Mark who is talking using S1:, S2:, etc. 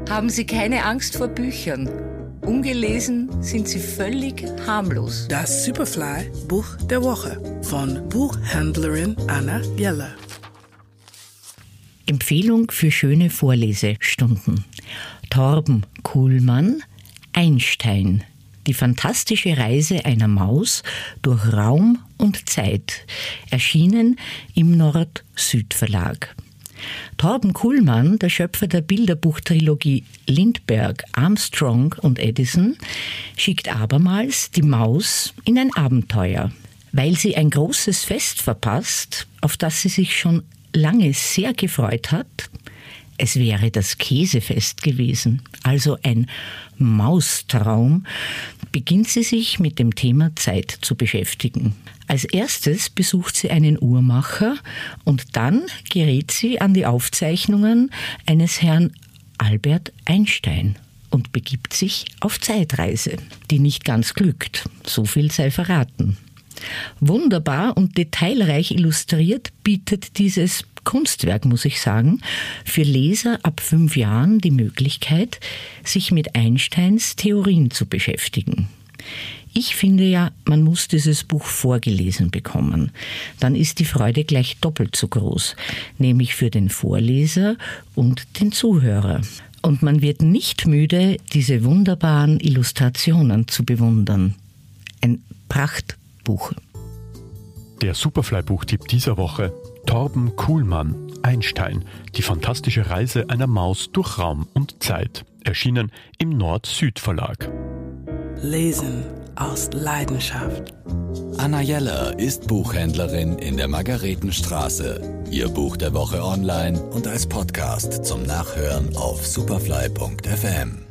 S1: Haben Sie keine Angst vor Büchern. Ungelesen sind sie völlig harmlos.
S2: Das Superfly-Buch der Woche von Buchhändlerin Anna Jeller.
S3: Empfehlung für schöne Vorlesestunden. Torben Kuhlmann, Einstein. Die fantastische Reise einer Maus durch Raum und Zeit. Erschienen im Nord-Süd-Verlag. Torben Kuhlmann, der Schöpfer der Bilderbuchtrilogie Lindbergh, Armstrong und Edison, schickt abermals die Maus in ein Abenteuer. Weil sie ein großes Fest verpasst, auf das sie sich schon lange sehr gefreut hat. Es wäre das Käsefest gewesen, also ein Maustraum, beginnt sie sich mit dem Thema Zeit zu beschäftigen. Als erstes besucht sie einen Uhrmacher und dann gerät sie an die Aufzeichnungen eines Herrn Albert Einstein und begibt sich auf Zeitreise, die nicht ganz glückt. So viel sei verraten. Wunderbar und detailreich illustriert bietet dieses Kunstwerk, muss ich sagen, für Leser ab 5 Jahren die Möglichkeit, sich mit Einsteins Theorien zu beschäftigen. Ich finde ja, man muss dieses Buch vorgelesen bekommen. Dann ist die Freude gleich doppelt so groß, nämlich für den Vorleser und den Zuhörer. Und man wird nicht müde, diese wunderbaren Illustrationen zu bewundern. Ein Prachtbuch.
S4: Der Superfly-Buchtipp dieser Woche: Torben Kuhlmann, Einstein. Die fantastische Reise einer Maus durch Raum und Zeit. Erschienen im Nord-Süd-Verlag.
S2: Lesen aus Leidenschaft.
S5: Anna Jeller ist Buchhändlerin in der Margaretenstraße. Ihr Buch der Woche online und als Podcast zum Nachhören auf superfly.fm.